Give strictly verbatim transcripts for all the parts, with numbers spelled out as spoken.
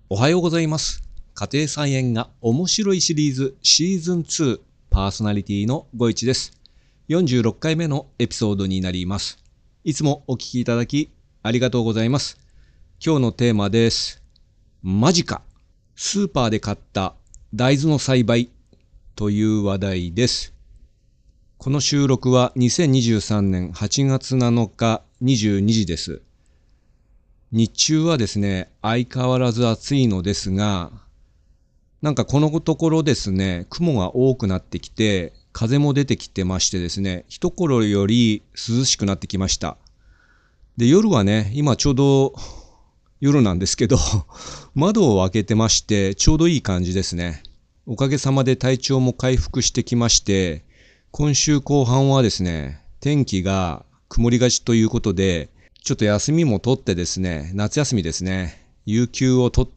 おはようございます。家庭菜園が面白いシリーズシーズンツーパーソナリティのごいちです。よんじゅうろっかいめのエピソードになります。いつもお聞きいただきありがとうございます。今日のテーマです。マジか。スーパーで買った大豆の栽培という話題です。この収録はにせんにじゅうさんねんはちがつなのかにじゅうにじです。日中はですね、相変わらず暑いのですが、なんかこのところですね、雲が多くなってきて、風も出てきてましてですね、一頃より涼しくなってきました。で、夜はね、今ちょうど夜なんですけど、窓を開けてまして、ちょうどいい感じですね。おかげさまで体調も回復してきまして、今週後半はですね、天気が曇りがちということで、ちょっと休みも取ってですね、夏休みですね、有給を取って、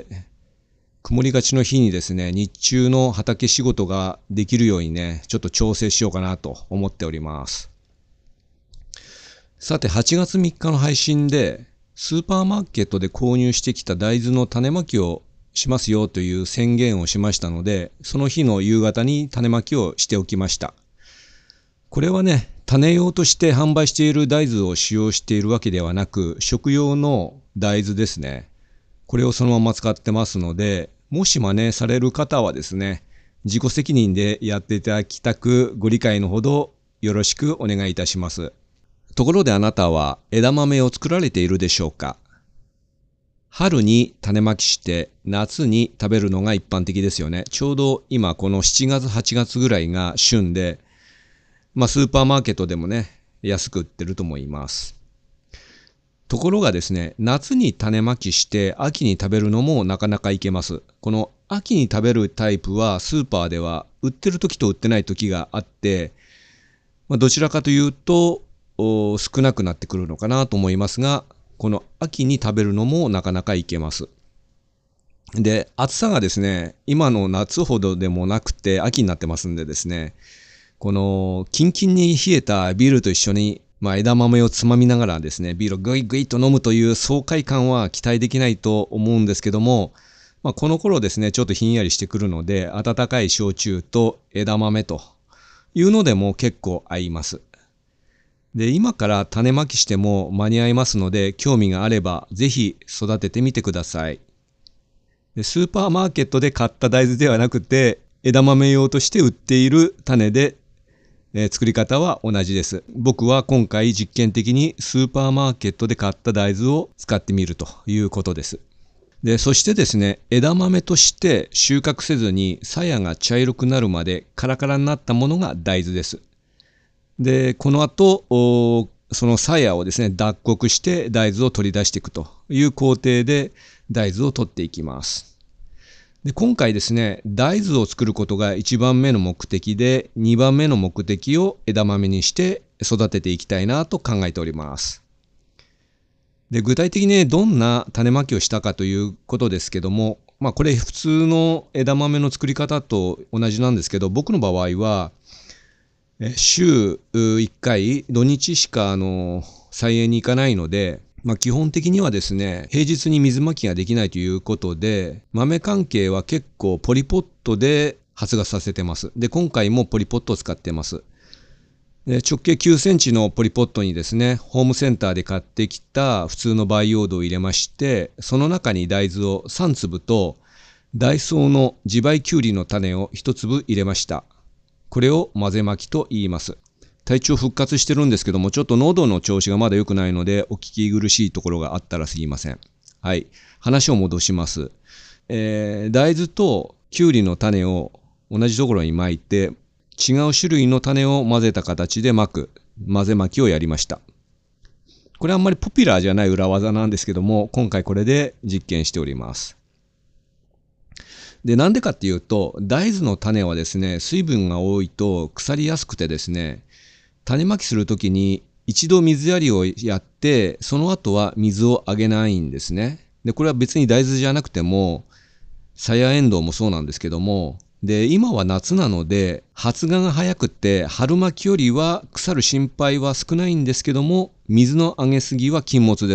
曇りがちの日にですね、日中の畑仕事ができるようにね、ちょっと調整しようかなと思っております。さて、はちがつみっかの配信で、スーパーマーケットで購入してきた大豆の種まきをしますよという宣言をしましたので、その日の夕方に種まきをしておきました。これはね、種用として販売している大豆を使用しているわけではなく、食用の大豆ですね。これをそのまま使ってますので、もし真似される方はですね、自己責任でやっていただきたく、ご理解のほどよろしくお願いいたします。ところであなたは枝豆を作られているでしょうか？春に種まきして夏に食べるのが一般的ですよね。ちょうど今このしちがつはちがつぐらいが旬で、まあスーパーマーケットでもね、安く売ってると思います。ところがですね、夏に種まきして秋に食べるのもなかなかいけます。この秋に食べるタイプはスーパーでは売ってる時と売ってない時があって、まあ、どちらかというと少なくなってくるのかなと思いますが、この秋に食べるのもなかなかいけます。で、暑さがですね、今の夏ほどでもなくて秋になってますんでですね、このキンキンに冷えたビールと一緒にまあ、枝豆をつまみながらですね、ビールをグイグイと飲むという爽快感は期待できないと思うんですけども、まあ、この頃ですね、ちょっとひんやりしてくるので、温かい焼酎と枝豆というのでも結構合います。で、今から種まきしても間に合いますので、興味があればぜひ育ててみてください。で、スーパーマーケットで買った大豆ではなくて、枝豆用として売っている種でえー、作り方は同じです。僕は今回実験的にスーパーマーケットで買った大豆を使ってみるということです。で、そしてですね、枝豆として収穫せずに鞘が茶色くなるまでカラカラになったものが大豆です。で、この後、その鞘をですね、脱穀して大豆を取り出していくという工程で大豆を取っていきます。で、今回ですね、大豆を作ることがいちばんめの目的で、にばんめの目的を枝豆にして育てていきたいなと考えております。で、具体的にどんな種まきをしたかということですけども、まあこれ普通の枝豆の作り方と同じなんですけど、僕の場合は、週いっかい土日しかあの菜園に行かないので、まあ、基本的にはですね、平日に水まきができないということで、豆関係は結構ポリポットで発芽させてます。で、今回もポリポットを使ってます。で、直径きゅうセンチのポリポットにですね、ホームセンターで買ってきた普通の培養土を入れまして、その中に大豆をさんつぶと、ダイソーの自培きゅうりの種をひとつぶ入れました。これを混ぜまきと言います。体調復活してるんですけども、ちょっと喉の調子がまだ良くないので、お聞き苦しいところがあったらすいません。はい。話を戻します。えー、大豆ときゅうりの種を同じところに巻いて、違う種類の種を混ぜた形で巻く、混ぜ巻きをやりました。これはあんまりポピュラーじゃない裏技なんですけども、今回これで実験しております。で、なんでかっていうと、大豆の種はですね、水分が多いと腐りやすくてですね、種まきするときに一度水やりをやって、その後は水をあげないんですね。で、これは別に大豆じゃなくても、さやえんどうもそうなんですけども、で、今は夏なので、発芽が早くて、春巻きよりは腐る心配は少ないんですけども、水のあげすぎは禁物です。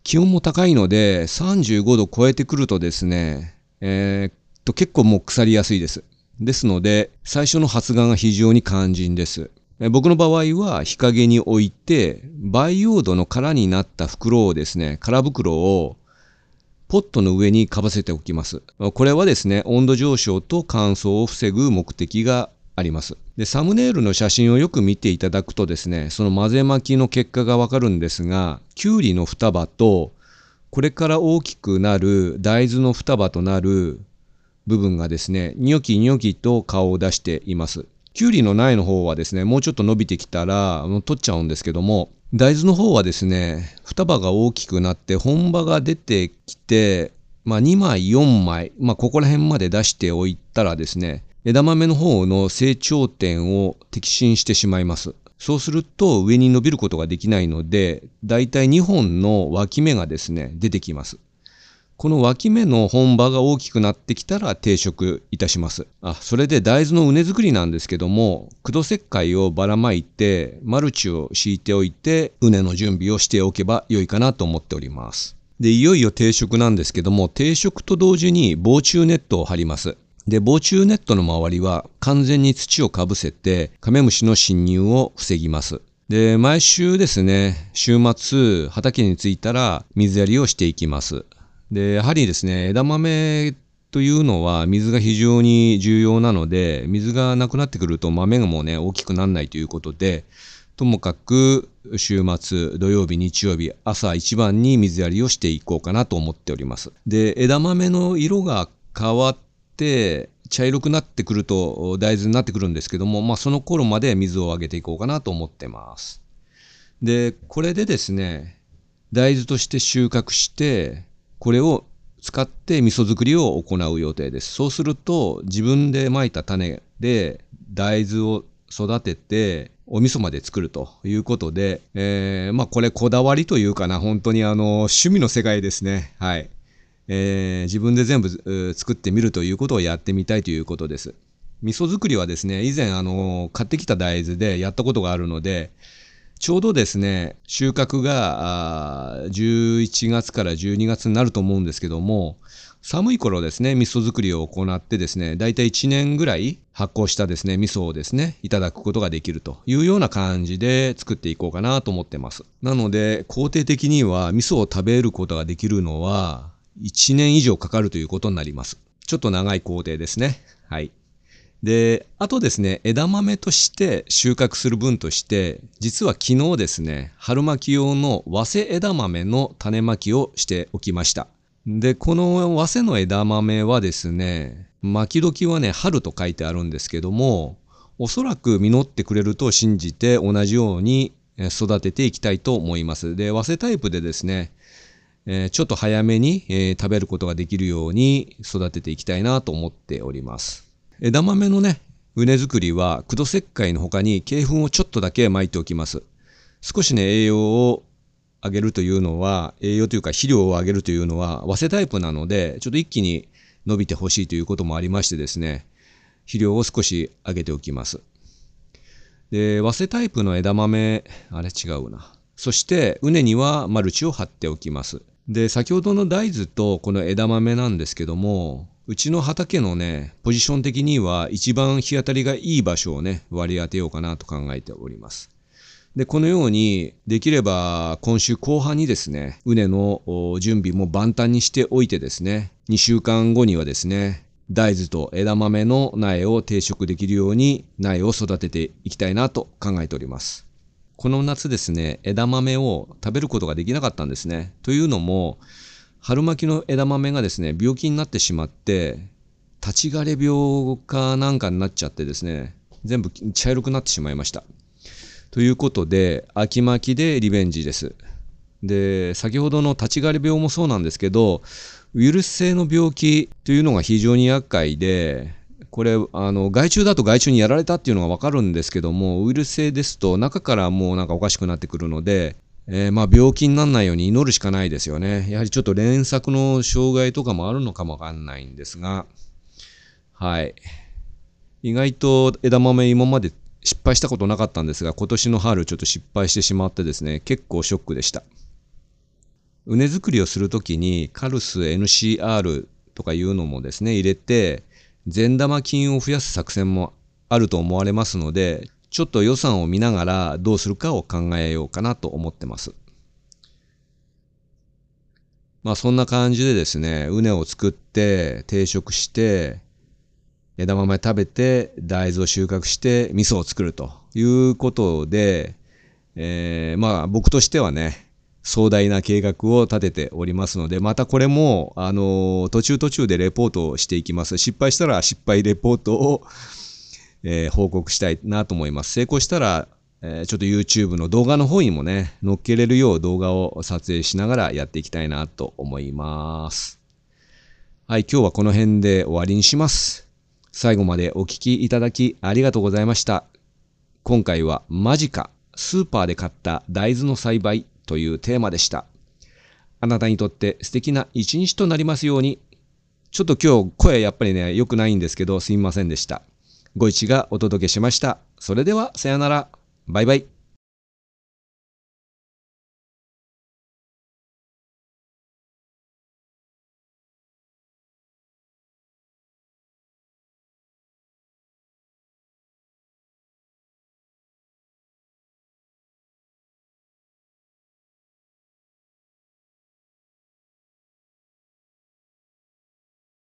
気温も高いのでさんじゅうごど超えてくるとですね、えー、っと結構もう腐りやすいです。ですので最初の発芽が非常に肝心です。僕の場合は日陰に置いて培養土の空になった袋をですね、空袋をポットの上にかぶせておきます。これはですね、温度上昇と乾燥を防ぐ目的があります。で、サムネイルの写真をよく見ていただくとですね、その混ぜ巻きの結果がわかるんですが、きゅうりの双葉とこれから大きくなる大豆の双葉となる部分がですね、ニョキニョキと顔を出しています。きゅうりの苗の方はですね、もうちょっと伸びてきたら取っちゃうんですけども、大豆の方はですね、双葉が大きくなって本葉が出てきて、まあ、にまいよんまい、まあ、ここら辺まで出しておいたらですね、枝豆の方の成長点を摘心してしまいます。そうすると上に伸びることができないので、だいたいにほんの脇芽がですね、出てきます。この脇芽の本葉が大きくなってきたら定植いたします。あ、それで大豆の畝作りなんですけども、苦土石灰をばらまいて、マルチを敷いておいて、畝の準備をしておけば良いかなと思っております。で、いよいよ定植なんですけども、定植と同時に防虫ネットを張ります。で、防虫ネットの周りは完全に土をかぶせて、カメムシの侵入を防ぎます。で、毎週ですね、週末、畑に着いたら水やりをしていきます。で、やはりですね、枝豆というのは水が非常に重要なので、水がなくなってくると豆がもうね、大きくならないということで、ともかく週末、土曜日、日曜日、朝一番に水やりをしていこうかなと思っております。で、枝豆の色が変わって、茶色くなってくると大豆になってくるんですけども、まあその頃まで水をあげていこうかなと思ってます。で、これでですね、大豆として収穫して、これを使って味噌作りを行う予定です。そうすると自分で蒔いた種で大豆を育ててお味噌まで作るということで、えー、まあこれこだわりというかな、本当にあの趣味の世界ですね。はい。えー、自分で全部作ってみるということをやってみたいということです。味噌作りはですね、以前あの買ってきた大豆でやったことがあるので、ちょうどですね、収穫がじゅういちがつからじゅうにがつになると思うんですけども、寒い頃ですね、味噌作りを行ってですね、だいたいいちねんぐらい発酵したですね、味噌をですね、いただくことができるというような感じで作っていこうかなと思ってます。なので、工程的には味噌を食べることができるのは、いちねん以上かかるということになります。ちょっと長い工程ですね。はい。で、あとですね、枝豆として収穫する分として、実は昨日ですね、春巻き用の早生枝豆の種まきをしておきました。で、この早生の枝豆はですね、巻き時はね、春と書いてあるんですけども、おそらく実ってくれると信じて同じように育てていきたいと思います。で、早生タイプでですね、えー、ちょっと早めに、えー、食べることができるように育てていきたいなと思っております。枝豆のね、畝作りは苦土石灰の他に鶏粉をちょっとだけ巻いておきます。少しね、栄養を上げるというのは、栄養というか肥料を上げるというのは、早生タイプなので、ちょっと一気に伸びてほしいということもありましてですね、肥料を少し上げておきます。で、早生タイプの枝豆、あれ違うな。そして、畝にはマルチを張っておきます。で、先ほどの大豆とこの枝豆なんですけども、うちの畑のね、ポジション的には一番日当たりがいい場所をね、割り当てようかなと考えております。で、このように、できれば今週後半にですね、畝の準備も万端にしておいてですね、にしゅうかんごにはですね、大豆と枝豆の苗を定植できるように苗を育てていきたいなと考えております。この夏ですね、枝豆を食べることができなかったんですね。というのも、春巻きの枝豆がですね、病気になってしまって、立ち枯れ病かなんかになっちゃってですね、全部茶色くなってしまいました。ということで、秋巻きでリベンジです。で、先ほどの立ち枯れ病もそうなんですけど、ウイルス性の病気というのが非常に厄介で、これ、あの、害虫だと害虫にやられたっていうのがわかるんですけども、ウイルス性ですと中からもうなんかおかしくなってくるので、えー、まあ病気にならないように祈るしかないですよね。やはりちょっと連作の障害とかもあるのかもわかんないんですが、はい。意外と枝豆今まで失敗したことなかったんですが、今年の春ちょっと失敗してしまってですね、結構ショックでした。 畝作りをするときにカルス エヌシーアール とかいうのもですね、入れて、善玉菌を増やす作戦もあると思われますので、ちょっと予算を見ながらどうするかを考えようかなと思ってます。まあそんな感じでですね、畝を作って定食して、枝豆食べて大豆を収穫して味噌を作るということで、えー、まあ僕としてはね、壮大な計画を立てておりますので、またこれも、あのー途中途中でレポートをしていきます。失敗したら失敗レポートを、えー報告したいなと思います。成功したら、えーちょっと YouTube の動画の方にもね、載っけれるよう動画を撮影しながらやっていきたいなと思います。はい、今日はこの辺で終わりにします。最後までお聞きいただきありがとうございました。今回はマジかスーパーで買った大豆の栽培というテーマでした。あなたにとって素敵な一日となりますように。ちょっと今日声やっぱりね良くないんですけどすみませんでした。ご一がお届けしました。それではさよなら。バイバイ。